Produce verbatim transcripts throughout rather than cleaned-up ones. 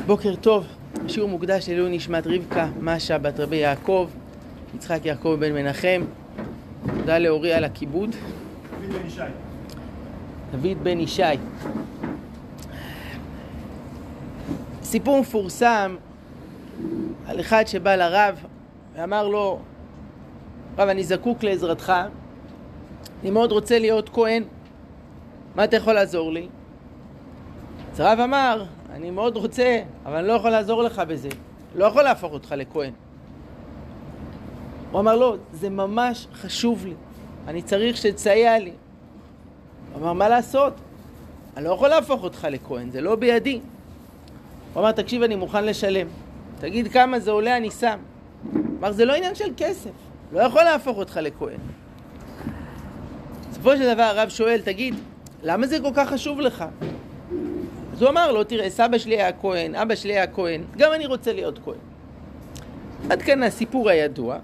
בוקר טוב, שיעור מוקדש לעילוי נשמת רבקה, משה בת רבי יעקב, יצחק יעקב בן מנחם. תודה לאורי על הכיבוד. דוד בן ישי. דוד בן ישי. סיפור מפורסם על אחד שבא לרב ואמר לו, רב, אני זקוק לעזרתך, אני מאוד רוצה להיות כהן, מה אתה יכול לעזור לי? אז הרב אמר, אני מאוד רוצה, אבל אני לא יכול לעזור לך בזה, לא יכול להפוך אותך לכהן. הוא אמר לו, זה ממש חשוב לי, אני צריך שתסייע לי. הוא אמר, מה לעשות? אני לא יכול להפוך אותך לכהן, זה לא בידי. הוא אמר, תקשיב, אני מוכן לשלם, תגיד כמה זה עולה, אני שם. הוא אמר, זה לא עניין של כסף, לא יכול להפוך אותך לכהן. בסופו של דבר הרב שואל, תגיד, למה זה כל כך חשוב לך? אז הוא אמר לו, תראה, סבא שלי היה כהן, אבא שלי היה כהן, גם אני רוצה להיות כהן. עד כאן הסיפור הידוע,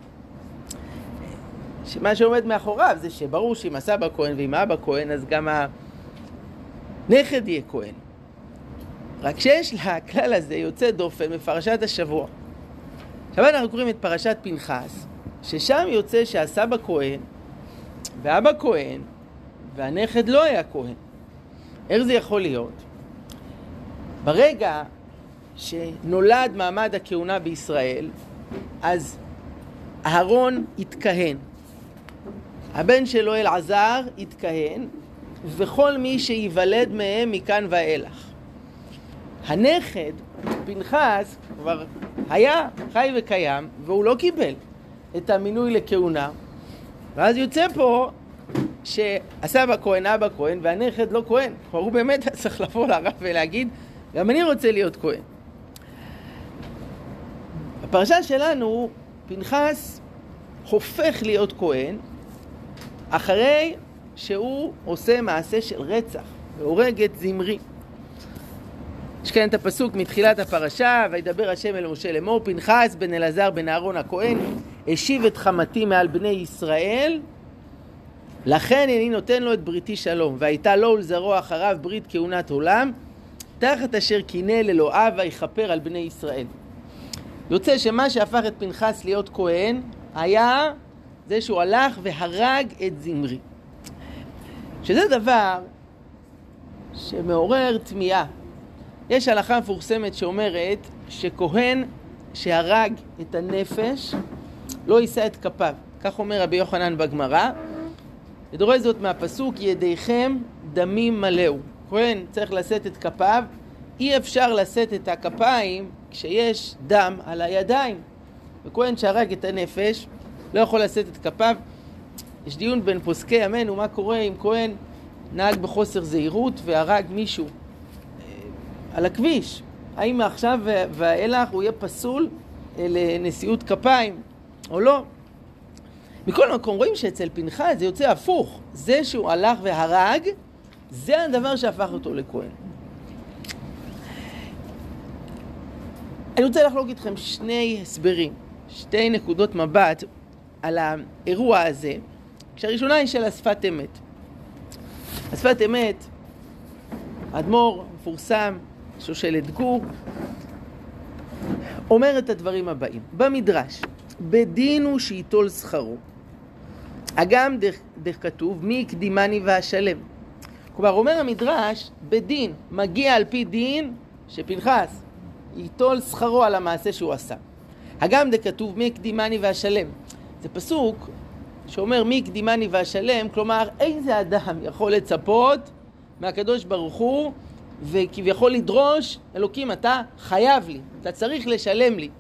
שמה שעומד מאחוריו זה שברור שאם הסבא כהן ואם אבא כהן, אז גם הנכד יהיה כהן. רק שיש לכלל הזה יוצא דופן בפרשת השבוע. עכשיו אנחנו קוראים את פרשת פנחס, ששם יוצא שהסבא כהן ואבא כהן והנכד לא היה כהן. איך זה יכול להיות? ברגע שנולד מעמד הכהונה בישראל, אז אהרון התכהן. הבן שלו אלעזר התכהן, וכל מי שיוולד מהם מכאן ואילך. הנכד, פנחס, כבר היה חי וקיים, והוא לא קיבל את המינוי לכהונה. ואז יוצא פה שהסבא כהן, אבא כהן, והנכד לא כהן. כבר הוא באמת צריך לבוא לרב ולהגיד, גם אני רוצה להיות כהן. בפרשה שלנו, פנחס הופך להיות כהן, אחרי שהוא עושה מעשה של רצח, והורג את זמרי. יש כאן את הפסוק מתחילת הפרשה, וידבר השם אל משה לאמור, פנחס בן אלעזר בן אהרון הכהן, השיב את חמתי מעל בני ישראל, לכן אני נותן לו את בריתי שלום, והייתה לו ולזרוע אחריו ברית כהונת עולם, תחת אשר קינא לאלוהיו ויכפר על בני ישראל. יוצא שמה שהפך את פנחס להיות כהן, היה זה שהוא הלך והרג את זמרי. שזה דבר שמעורר תמיהה. יש הלכה מפורסמת שאומרת שכהן שהרג את הנפש לא יישא את כפיו. כך אומר רבי יוחנן בגמרא. ודורש זאת מהפסוק, ידיכם דמים מלאו. כהן צריך לשאת את כפיו, אי אפשר לשאת את הכפיים כשיש דם על הידיים. וכהן שהרג את הנפש לא יכול לשאת את כפיו. יש דיון בין פוסקי ימינו, מה קורה אם כהן נהג בחוסר זהירות והרג מישהו על הכביש. האם מעכשיו ואילך הוא יהיה פסול לנשיאות כפיים או לא? מכל מקום רואים שאצל פנחס זה יוצא הפוך. זה שהוא הלך והרג, זה הדבר שהפך אותו לכהן. אני רוצה לחלוק איתכם שני הסברים, שתי נקודות מבט על האירוע הזה, כשהראשונה היא של השפת אמת. השפת אמת, אדמו"ר מפורסם, שושלת גור, אומר את הדברים הבאים. במדרש, בדין הוא שיטול שכרו. אגם דרך, דרך כתוב, מי קדימני ואשלם. כלומר, אומר המדרש, בדין, מגיע על פי דין, שפנחס ייטול שכרו על המעשה שהוא עשה. אגם דרך כתוב, מי קדימני ואשלם. זה פסוק שאומר, מי קדימני ואשלם, כלומר, איזה אדם יכול לצפות מהקדוש ברוך הוא, וכביכול לדרוש, אלוקים, אתה חייב לי, אתה צריך לשלם לי.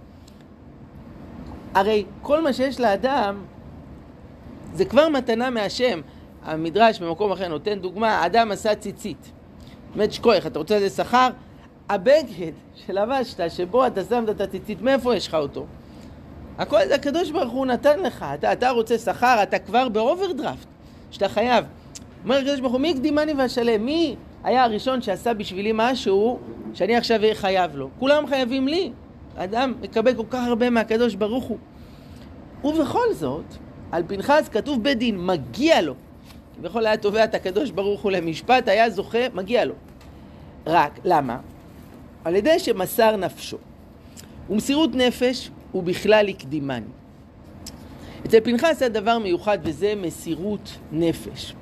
הרי כל מה שיש לאדם זה כבר מתנה מהשם. המדרש במקום אחר נותן דוגמה, אדם עשה ציצית. באמת שכוח, אתה רוצה איזה שכר? הבגד שלבשת, שבו אתה שמת את הציצית, מאיפה יש לך אותו? הכל זה הקדוש ברוך הוא נתן לך. אתה, אתה רוצה שכר, אתה כבר באוברדרפט, שאתה חייב. אומר הקדוש ברוך הוא, מי קדימני ואשלם? מי היה הראשון שעשה בשבילי משהו שאני עכשיו אהיה חייב לו? כולם חייבים לי. האדם מקבל כל כך הרבה מהקדוש ברוך הוא. ובכל זאת, על פנחס כתוב בדין, מגיע לו. כביכול היה תובע את הקדוש ברוך הוא למשפט, היה זוכה, מגיע לו. רק, למה? על ידי שמסר נפשו. ומסירות נפש הוא בכלל הקדימני. אצל פנחס זה דבר מיוחד וזה מסירות נפש.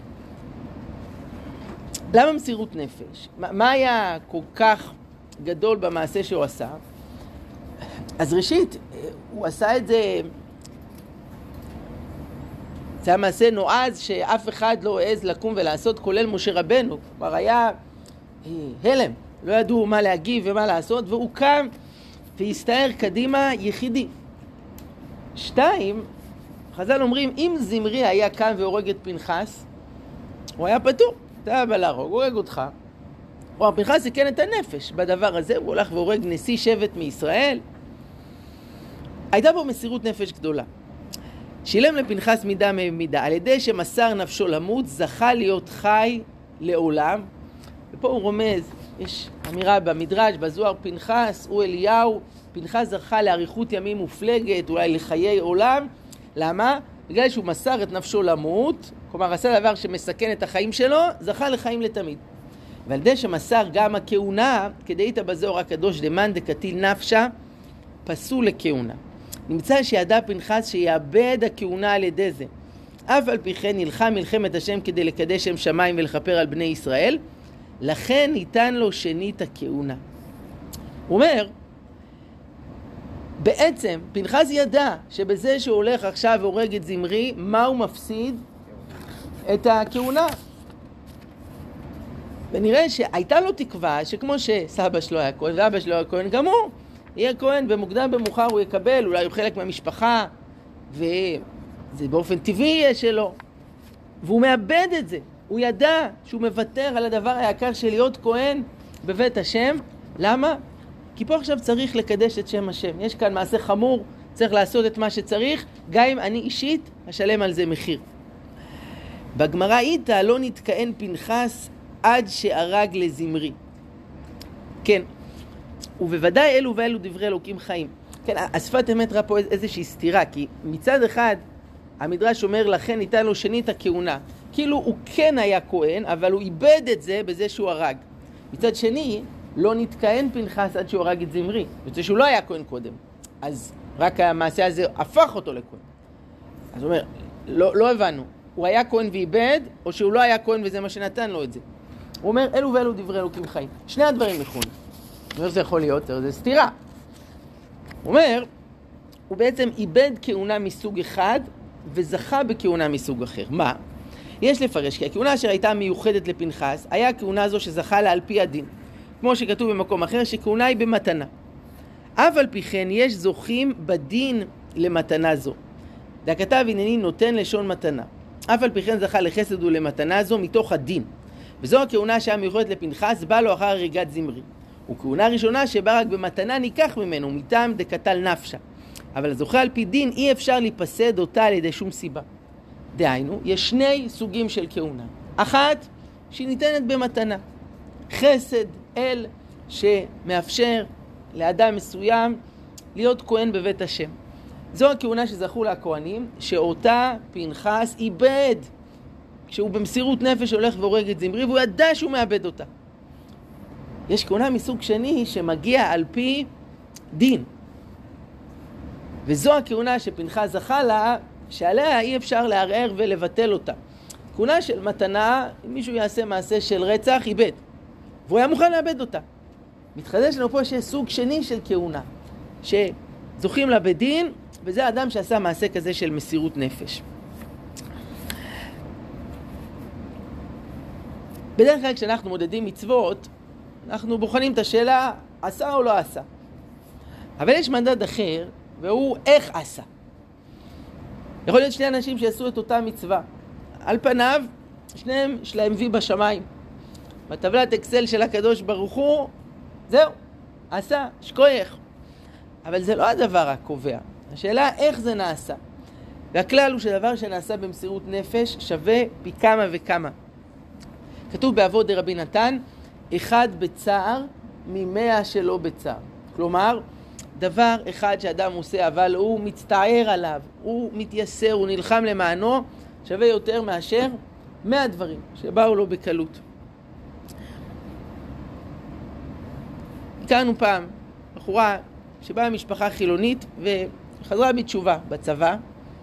למה מסירות נפש? מה היה כל כך גדול במעשה שהוא עשה? אז ראשית, הוא עשה את זה, זה היה מעשה נועז שאף אחד לא העז לקום ולעשות, כולל משה רבנו. כבר היה הלם, לא ידעו מה להגיב ומה לעשות, והוא קם והסתער קדימה יחידי. שתיים, חז"ל אומרים, אם זמרי היה קם והורג את פנחס, הוא היה פטור. אתה בא להרוג, הוא הורג אותך. או פנחס סיכן את הנפש בדבר הזה, הוא הולך והורג נשיא שבט מישראל. הייתה בו מסירות נפש גדולה. שילם לפנחס מידה ממידה, על ידי שמסר נפשו למות, זכה להיות חי לעולם. ופה הוא רומז, יש אמירה במדרש, בזוהר, פנחס הוא אליהו, פנחס זכה לאריכות ימים מופלגת, אולי לחיי עולם. למה? בגלל שהוא מסר את נפשו למות, כלומר עשה דבר שמסכן את החיים שלו, זכה לחיים לתמיד. ועל ידי שמסר גם הכהונה, כדאית בזוהר הקדוש, דמן דקתיל נפשה, פסול לכהונה. נמצא שידע פנחס שיאבד הכהונה על ידי זה. אף על פי כן נלחם מלחמת השם כדי לקדש שם שמיים ולכפר על בני ישראל, לכן ניתן לו שנית הכהונה. הוא אומר, בעצם פנחס ידע שבזה שהוא הולך עכשיו והורג את זמרי, מה הוא מפסיד? את הכהונה. ונראה שהייתה לו תקווה שכמו שסבא שלו היה כהן ואבא שלו היה כהן, גם הוא יהיה כהן, ומוקדם במאוחר הוא יקבל, אולי הוא חלק מהמשפחה, וזה באופן טבעי יהיה שלו. והוא מאבד את זה. הוא ידע שהוא מוותר על הדבר היקר של להיות כהן בבית השם. למה? כי פה עכשיו צריך לקדש את שם השם. יש כאן מעשה חמור, צריך לעשות את מה שצריך, גם אם אני אישית אשלם על זה מחיר. בגמרא איתה לא נתכהן פנחס עד שהרג לזמרי. כן, ובוודאי אלו ואלו דברי אלוקים חיים. כן, השפת אמת ראה פה איזושהי סתירה, כי מצד אחד המדרש אומר לכן ניתן לו שנית הכהונה. כאילו הוא כן היה כהן, אבל הוא איבד את זה בזה שהוא הרג. מצד שני, לא נתכהן פנחס עד שהוא הרג את זמרי. זה שהוא לא היה כהן קודם. אז רק המעשה הזה הפך אותו לכהן. אז הוא אומר, לא, לא הבנו. הוא היה כהן ואיבד, או שהוא לא היה כהן וזה מה שנתן לו את זה. הוא אומר, אלו ואלו דברי אלוקים חיים. שני הדברים נכונים. איך זה יכול להיות? זה סתירה. הוא אומר, הוא בעצם איבד כהונה מסוג אחד, וזכה בכהונה מסוג אחר. מה? יש לפרש, כי הכהונה אשר הייתה מיוחדת לפנחס, היה הכהונה הזו שזכה לה על פי הדין. כמו שכתוב במקום אחר, שכהונה היא במתנה. אף על פי כן יש זוכים בדין למתנה זו. והכתב הנני נותן לשון מתנה. אף על פי כן זכה לחסד ולמתנה זו מתוך הדין. וזו הכהונה שהיה מיוחדת לפנחס, בא לו אחר הריגת זמרי. וכהונה ראשונה שבא רק במתנה ניקח ממנו, מטעם דקתל נפשה. אבל הזוכה על פי דין אי אפשר להיפסד אותה על ידי שום סיבה. דהיינו, יש שני סוגים של כהונה. אחת, שהיא ניתנת במתנה. חסד, אל, שמאפשר לאדם מסוים להיות כהן בבית השם. זו הכהונה שזכו לה הכהנים, שאותה פנחס איבד, כשהוא במסירות נפש הולך והורג את זמרי, והוא ידע שהוא מאבד אותה. יש כהונה מסוג שני שמגיע על פי דין. וזו הכהונה שפנחס זכה לה, שעליה אי אפשר לערער ולבטל אותה. כהונה של מתנה, אם מישהו יעשה מעשה של רצח, איבד. והוא היה מוכן לאבד אותה. מתחדש לנו פה שיש סוג שני של כהונה, שזוכים לה בדין, וזה האדם שעשה מעשה כזה של מסירות נפש. בדרך כלל כשאנחנו מודדים מצוות, אנחנו בוחנים את השאלה, עשה או לא עשה. אבל יש מדד אחר, והוא איך עשה. יכול להיות שני אנשים שעשו את אותה מצווה. על פניו, שניהם יש להם וי בשמיים. בטבלת אקסל של הקדוש ברוך הוא, זהו, עשה, שכוייך. אבל זה לא הדבר הקובע. השאלה איך זה נעשה. והכלל הוא שדבר שנעשה במסירות נפש שווה פי כמה וכמה. כתוב באבות דרבי נתן, אחד בצער ממאה שלא בצער. כלומר, דבר אחד שאדם עושה, אבל הוא מצטער עליו, הוא מתייסר, הוא נלחם למענו, שווה יותר מאשר מאה דברים שבאו לו בקלות. הכרנו פעם בחורה שבאה משפחה חילונית וחזרה בתשובה בצבא,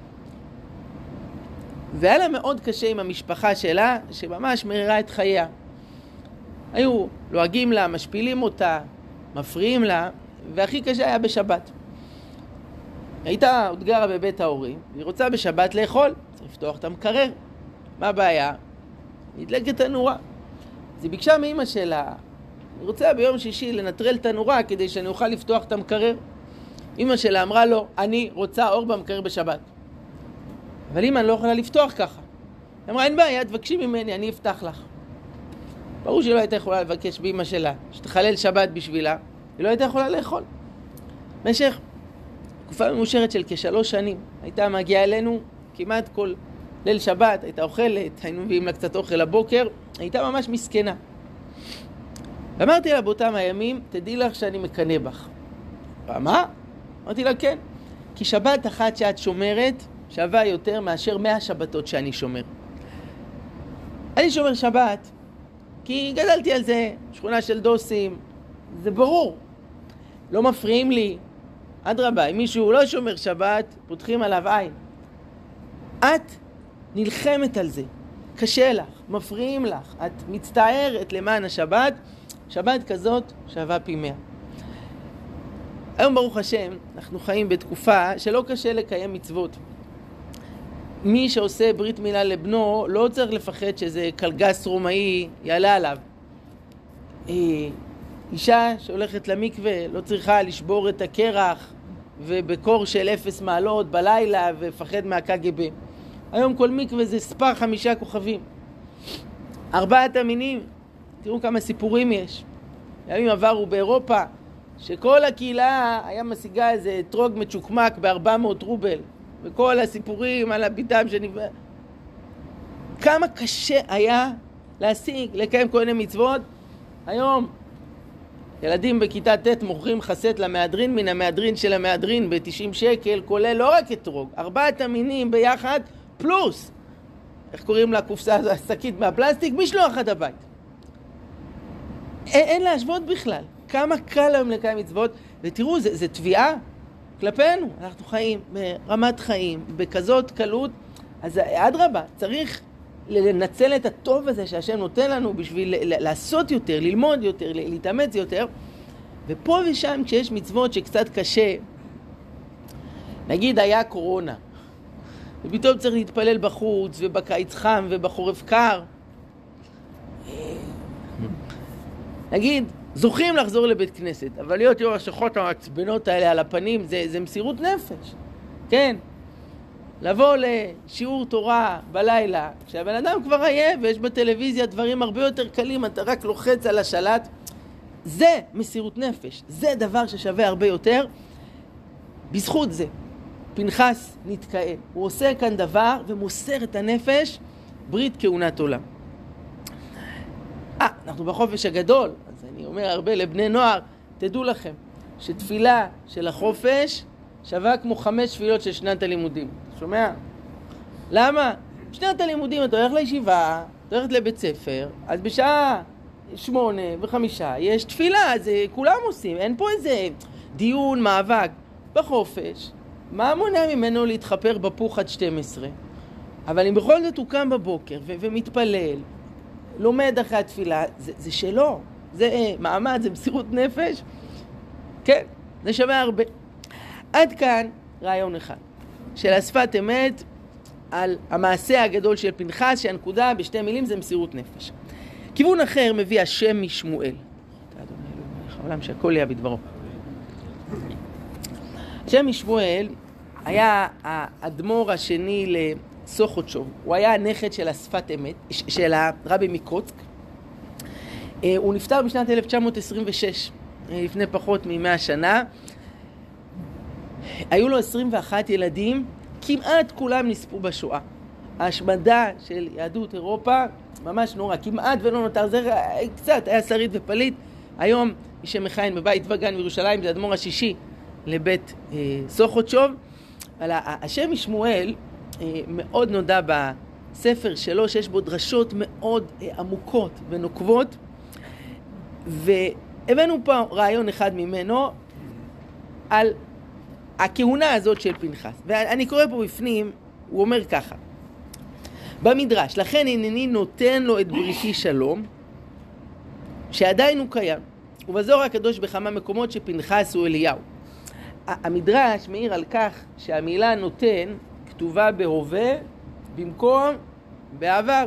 והיה לה מאוד קשה עם המשפחה שלה, שממש מרירה את חייה. היו לועגים לה, משפילים אותה, מפריעים לה, והכי קשה היה בשבת. הייתה עוד גרה בבית ההורים, והיא רוצה בשבת לאכול, צריך לפתוח את המקרר. מה הבעיה? נדלקת הנורה. אז היא ביקשה מאמא שלה, אני רוצה ביום שישי לנטרל את הנורה כדי שאני אוכל לפתוח את המקרר. אמא שלה אמרה לו, אני רוצה אור במקרר בשבת. אבל אמא, אני לא יכולה לפתוח ככה. היא אמרה, אין בעיה, תבקשי ממני, אני אפתח לך. ברור שהיא לא הייתה יכולה לבקש באמא שלה, שתחלל שבת בשבילה, היא לא הייתה יכולה לאכול. במשך תקופה ממושרת של כשלוש שנים, הייתה מגיעה אלינו כמעט כל ליל שבת, הייתה אוכלת, היינו מביאים לה קצת אוכל לבוקר, הייתה ממש מסכנה. ואמרתי לה באותם הימים, תדעי לך שאני מקנא בך. מה? אמרתי לה, כן. כי שבת אחת שאת שומרת שווה יותר מאשר מאה שבתות שאני שומר. אני שומר שבת, כי גדלתי על זה, שכונה של דוסים, זה ברור. לא מפריעים לי. אדרבה, אם מישהו לא שומר שבת, פותחים עליו עין. את נלחמת על זה. קשה לך, מפריעים לך, את מצטערת למען השבת, שבת כזאת שווה פי מאה. היום ברוך השם, אנחנו חיים בתקופה שלא קשה לקיים מצוות. מי שעושה ברית מילה לבנו לא צריך לפחד שזה קלגס רומאי יעלה עליו. אישה שהולכת למקווה לא צריכה לשבור את הקרח ובקור של אפס מעלות בלילה ופחד מהקג"ב. היום כל מקווה זה ספר חמישה כוכבים. ארבעת המינים, תראו כמה סיפורים יש. ימים עברו באירופה, שכל הקהילה היה משיגה איזה טרוג מצ'וקמק ב-ארבע מאות רובל. וכל הסיפורים על הביתם שנבא. כמה קשה היה להשיג, לקיים כל מיני מצוות. היום ילדים בכיתה ט' מוכרים חסט למהדרין מן המהדרין של המהדרין ב-תשעים שקל, כולל לא רק אתרוג, ארבעת המינים ביחד, פלוס, איך קוראים לה קופסה השקית מהפלסטיק, משלוח עד הבית. אין, אין להשוות בכלל. כמה קל היום לקיים מצוות, ותראו, זה, זה תביעה כלפינו. אנחנו חיים ברמת חיים, בכזאת קלות, אז אדרבה, צריך לנצל את הטוב הזה שהשם נותן לנו בשביל לעשות יותר, ללמוד יותר, להתאמץ יותר. ופה ושם כשיש מצוות שקצת קשה, נגיד היה קורונה, ופתאום צריך להתפלל בחוץ, ובקיץ חם, ובחורף קר. נגיד, זוכים לחזור לבית כנסת, אבל להיות יום השחות המעצבנות האלה על הפנים, זה, זה מסירות נפש. כן. לבוא לשיעור תורה בלילה, כשהבן אדם כבר עייף ויש בטלוויזיה דברים הרבה יותר קלים, אתה רק לוחץ על השלט, זה מסירות נפש. זה דבר ששווה הרבה יותר. בזכות זה, פנחס נתקהל. הוא עושה כאן דבר ומוסר את הנפש, ברית כהונת עולם. אה, אנחנו בחופש הגדול, אז אני אומר הרבה לבני נוער, תדעו לכם שתפילה של החופש שווה כמו חמש תפילות של שנת הלימודים. שומע? למה? שנת הלימודים אתה הולך לישיבה, אתה הולכת לבית ספר, אז בשעה שמונה וחמישה יש תפילה, אז כולם עושים, אין פה איזה דיון, מאבק. בחופש, מה מונע ממנו להתחפר בפוך עד שתים עשרה? אבל אם בכל זאת הוא קם בבוקר ו- ומתפלל, לומד אחרי התפילה, זה, זה שלו, זה מעמד, זה מסירות נפש, כן, זה שווה הרבה. עד כאן רעיון אחד, של השפת אמת על המעשה הגדול של פנחס, שהנקודה בשתי מילים זה מסירות נפש. כיוון אחר מביא השם משמואל. אתה אדוני אלוהים מלך העולם שהכל יהיה בדברו. השם משמואל היה האדמו"ר השני לסוכותשוב. הוא היה הנכד של השפת אמת, של הרבי מקוצק. הוא נפטר בשנת אלף תשע מאות עשרים ושש, לפני פחות ממאה שנה. היו לו עשרים ואחד ילדים, כמעט כולם נספו בשואה. ההשמדה של יהדות אירופה ממש נורא, כמעט ולא נותר, זה קצת היה שריד ופליט. היום מי שמכהן בבית וגן בירושלים זה האדמו"ר השישי לבית אה, סוכותשוב. אבל השם משמואל אה, מאוד נודע בספר שלו, שיש בו דרשות מאוד אה, עמוקות ונוקבות, ו, הבאנו פה רעיון אחד ממנו על הכהונה הזאת של פנחס. ואני קורא פה בפנים, הוא אומר ככה. במדרש, לכן הנני נותן לו את בריתי שלום, שעדיין הוא קיים. ובזוהר הקדוש בכמה מקומות שפנחס הוא אליהו. המדרש מעיר על כך שהמילה נותן כתובה בהווה במקום בעבר.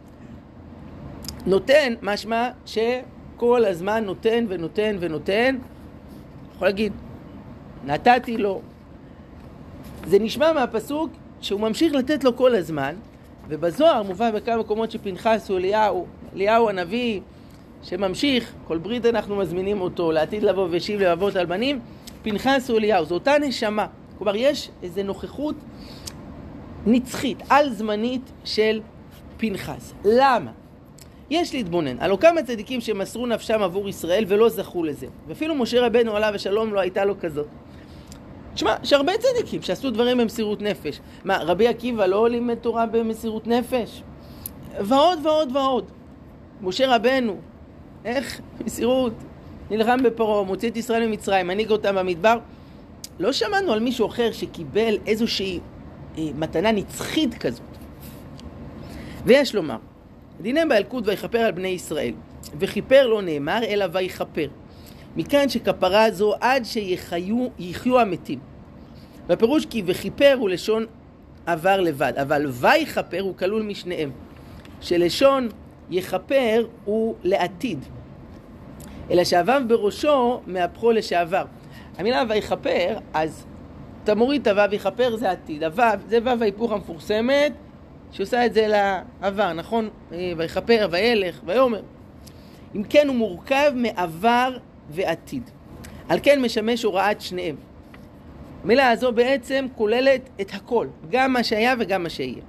נותן משמע שכל הזמן נותן ונותן ונותן. יכול להגיד, נתתי לו. זה נשמע מהפסוק שהוא ממשיך לתת לו כל הזמן, ובזוהר מובא בכמה מקומות שפנחס הוא אליהו, אליהו הנביא שממשיך, כל ברית אנחנו מזמינים אותו לעתיד לבוא ושיב לבבות על בנים, פנחס הוא אליהו, זו אותה נשמה. כלומר, יש איזו נוכחות נצחית, על זמנית של פנחס. למה? יש להתבונן. הלא כמה צדיקים שמסרו נפשם עבור ישראל ולא זכו לזה. ואפילו משה רבנו עליו השלום לא הייתה לו כזאת. תשמע, יש הרבה צדיקים שעשו דברים במסירות נפש. מה, רבי עקיבא לא לימד תורה במסירות נפש? ועוד ועוד ועוד. משה רבנו, איך? מסירות. נלחם בפרעה, מוציא את ישראל ממצרים, מנהיג אותם במדבר. לא שמענו על מישהו אחר שקיבל איזושהי אה, מתנה נצחית כזאת. ויש לומר, דינם באלקוט ויכפר על בני ישראל, וכיפר לא נאמר אלא ויכפר. מכאן שכפרה זו עד שיחיו יחיו המתים. והפירוש כי וכיפר הוא לשון עבר לבד, אבל ויכפר הוא כלול משניהם. שלשון יכפר הוא לעתיד, אלא שעבב בראשו מהפכו לשעבר. המילה ויכפר, אז תמורית הוו יכפר זה עתיד. הוו זה וו ההיפוך המפורסמת שעושה את זה לעבר, נכון? ויכפר, וילך, ויאמר. אם כן הוא מורכב מעבר ועתיד. על כן משמש הוראת שניהם. המילה הזו בעצם כוללת את הכל, גם מה שהיה וגם מה שיהיה.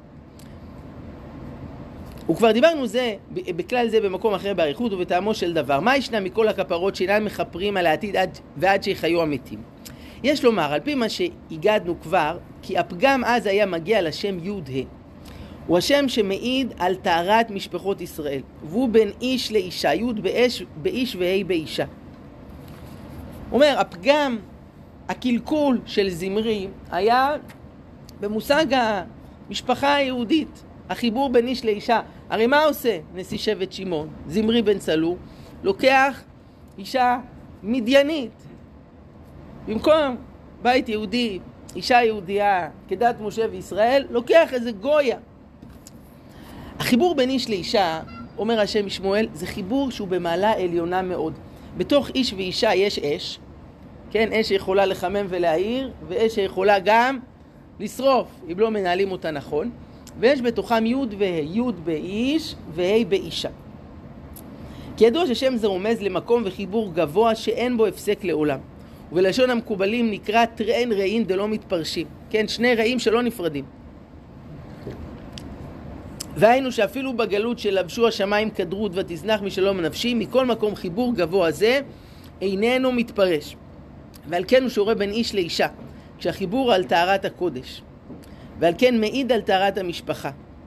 וכבר דיברנו זה, בכלל זה במקום אחר בעריכות ובטעמו של דבר. מה ישנה מכל הכפרות שאינן מכפרים על העתיד עד, ועד שיחיו המתים? יש לומר, על פי מה שהגדנו כבר, כי הפגם אז היה מגיע לשם י' ה'. הוא השם שמעיד על טהרת משפחות ישראל, והוא בין איש לאישה, י' באש, באיש וה' באישה. אומר, הפגם, הקלקול של זמרי היה במושג המשפחה היהודית, החיבור בין איש לאישה. הרי מה עושה נשיא שבט שמעון, זמרי בן צלו? לוקח אישה מדיינית, במקום בית יהודי, אישה יהודייה כדת משה וישראל, לוקח איזה גויה. החיבור בין איש לאישה, אומר השם משמואל, זה חיבור שהוא במעלה עליונה מאוד. בתוך איש ואישה יש אש, כן, אש שיכולה לחמם ולהאיר, ואש שיכולה גם לשרוף, אם לא מנהלים אותה נכון. ויש בתוכם י' וה', י' באיש וה' באישה. כי ידוע ששם זה רומז למקום וחיבור גבוה שאין בו הפסק לעולם. ובלשון המקובלים נקרא תראין רעין דלא מתפרשים. כן, שני רעים שלא נפרדים. והיינו שאפילו בגלות שלבשו השמיים כדרות ותזנח משלום נפשי, מכל מקום חיבור גבוה זה איננו מתפרש. ועל כן הוא שורה בין איש לאישה, כשהחיבור על טהרת הקודש. ועל כן מעיד על טהרת המשפחה.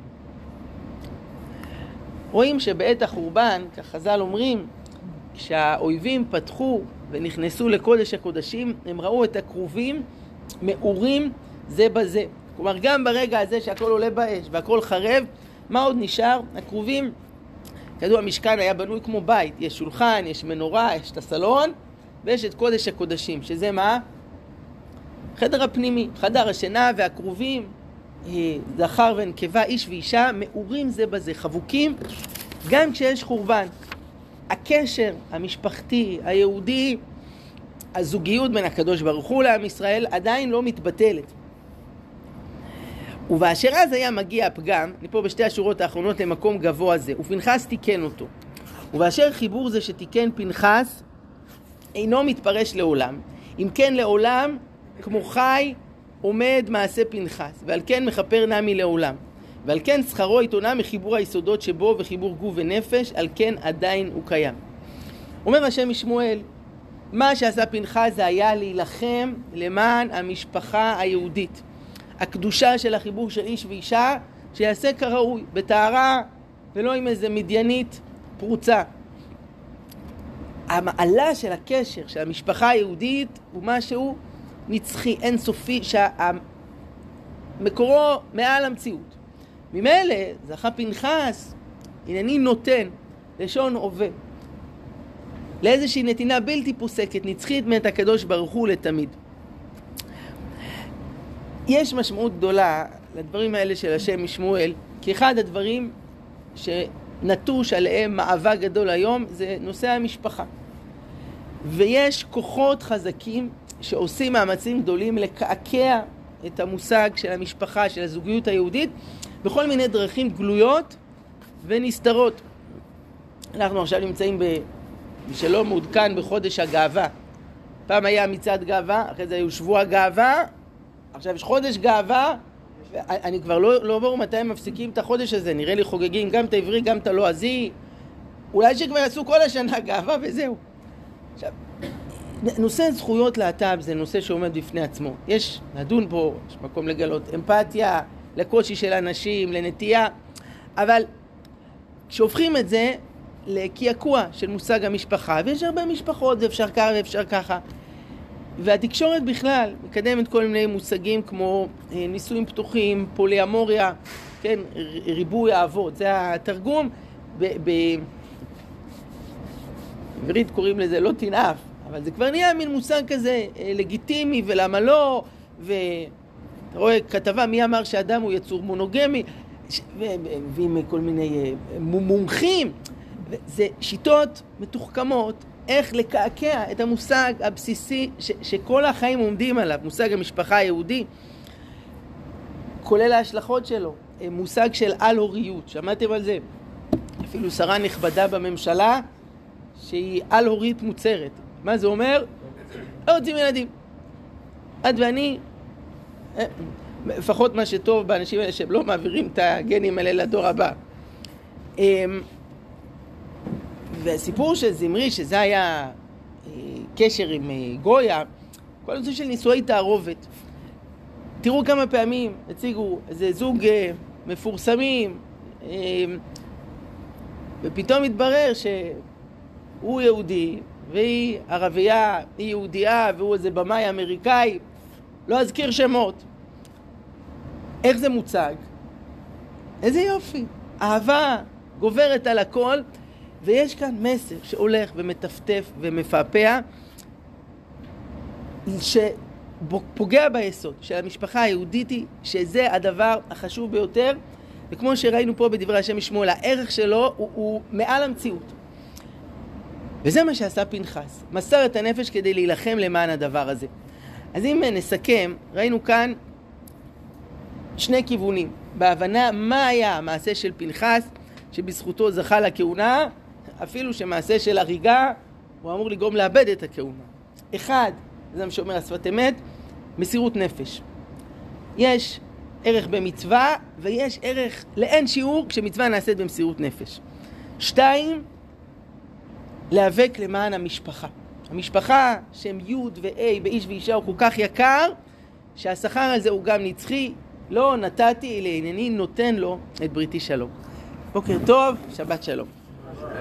רואים שבעת החורבן, כחז"ל אומרים, שהאויבים פתחו ונכנסו לקודש הקודשים, הם ראו את הקרובים מאורים זה בזה. כלומר, גם ברגע הזה שהכל עולה באש והכל חרב, מה עוד נשאר? הקרובים, כדוע המשכן היה בנוי כמו בית, יש שולחן, יש מנורה, יש את הסלון, ויש את קודש הקודשים, שזה מה? חדר הפנימי, חדר השינה והקרובים, זכר ונקבה, איש ואישה, מאורים זה בזה, חבוקים, גם כשיש חורבן. הקשר המשפחתי, היהודי, הזוגיות בין הקדוש ברוך הוא לעם ישראל עדיין לא מתבטלת. ובאשר אז היה מגיע הפגם, אני פה בשתי השורות האחרונות למקום גבוה זה, ופנחס תיקן אותו. ובאשר חיבור זה שתיקן פנחס אינו מתפרש לעולם, אם כן לעולם כמו חי עומד מעשה פנחס, ועל כן מכפר נמי לעולם, ועל כן שכרו עיתונה מחיבור היסודות שבו וחיבור גוף ונפש, על כן עדיין הוא קיים. אומר השם משמואל, מה שעשה פנחס זה היה להילחם למען המשפחה היהודית. הקדושה של החיבור של איש ואישה שיעשה כראוי, בטהרה ולא עם איזה מדיינית פרוצה. המעלה של הקשר של המשפחה היהודית הוא משהו נצחי, אינסופי, שהמקורו מעל המציאות. ממילא זכה פנחס, הנני נותן, לשון הווה, לאיזושהי נתינה בלתי פוסקת, נצחית מאת הקדוש ברוך הוא לתמיד. יש משמעות גדולה לדברים האלה של השם משמואל, כי אחד הדברים שנטוש עליהם מאבק גדול היום זה נושא המשפחה. ויש כוחות חזקים שעושים מאמצים גדולים לקעקע את המושג של המשפחה, של הזוגיות היהודית, בכל מיני דרכים גלויות ונסתרות. אנחנו עכשיו נמצאים בשלא מעודכן בחודש הגאווה. פעם היה מצעד גאווה, אחרי זה היו שבוע גאווה, עכשיו יש חודש גאווה, אני כבר לא, לא ברור מתי הם מפסיקים את החודש הזה, נראה לי חוגגים גם את העברי, גם את הלועזי, אולי שכבר יעשו כל השנה גאווה וזהו. עכשיו, נושא זכויות להט"ב זה נושא שעומד בפני עצמו. יש לדון פה, יש מקום לגלות אמפתיה, לקושי של אנשים, לנטייה, אבל כשהופכים את זה לקעקוע של מושג המשפחה, ויש הרבה משפחות, זה אפשר ככה ואפשר ככה, והתקשורת בכלל מקדמת כל מיני מושגים כמו נישואים פתוחים, פוליאמוריה, כן, ריבוי האבות, זה התרגום. בעברית קוראים לזה לא תנאף, אבל זה כבר נהיה מין מושג כזה לגיטימי ולמה לא, ואתה רואה כתבה מי אמר שאדם הוא יצור מונוגמי, ועם כל מיני מומחים, זה שיטות מתוחכמות איך לקעקע את המושג הבסיסי ש- שכל החיים עומדים עליו, מושג המשפחה היהודי, כולל ההשלכות שלו, מושג של על-הוריות, שמעתם על זה? אפילו שרה נכבדה בממשלה שהיא על-הורית מוצרת. מה זה אומר? לא רוצים ילדים. את ואני, לפחות מה שטוב באנשים האלה שהם לא מעבירים את הגנים האלה לדור הבא. והסיפור של זמרי, שזה היה קשר עם גויה, כל הנושא של נישואי תערובת. תראו כמה פעמים הציגו איזה זוג מפורסמים, ופתאום התברר שהוא יהודי, והיא ערבייה, היא יהודייה, והוא איזה במאי אמריקאי, לא אזכיר שמות. איך זה מוצג? איזה יופי. אהבה גוברת על הכל, ויש כאן מסר שהולך ומטפטף ומפעפע, שפוגע ביסוד של המשפחה היהודית, שזה הדבר החשוב ביותר, וכמו שראינו פה בדברי השם משמואל, הערך שלו הוא, הוא מעל המציאות. וזה מה שעשה פנחס, מסר את הנפש כדי להילחם למען הדבר הזה. אז אם נסכם, ראינו כאן שני כיוונים, בהבנה מה היה המעשה של פנחס, שבזכותו זכה לכהונה, אפילו שמעשה של הריגה, הוא אמור לגרום לאבד את הכהונה. אחד, זה מה שאומר השפת אמת, מסירות נפש. יש ערך במצווה, ויש ערך לאין שיעור כשמצווה נעשית במסירות נפש. שתיים, להיאבק למען המשפחה. המשפחה שם י' וא' באיש ואישה הוא כל כך יקר, שהשכר הזה הוא גם נצחי, לא נתתי אלא הנני נותן לו את בריתי שלום. בוקר טוב, שבת שלום.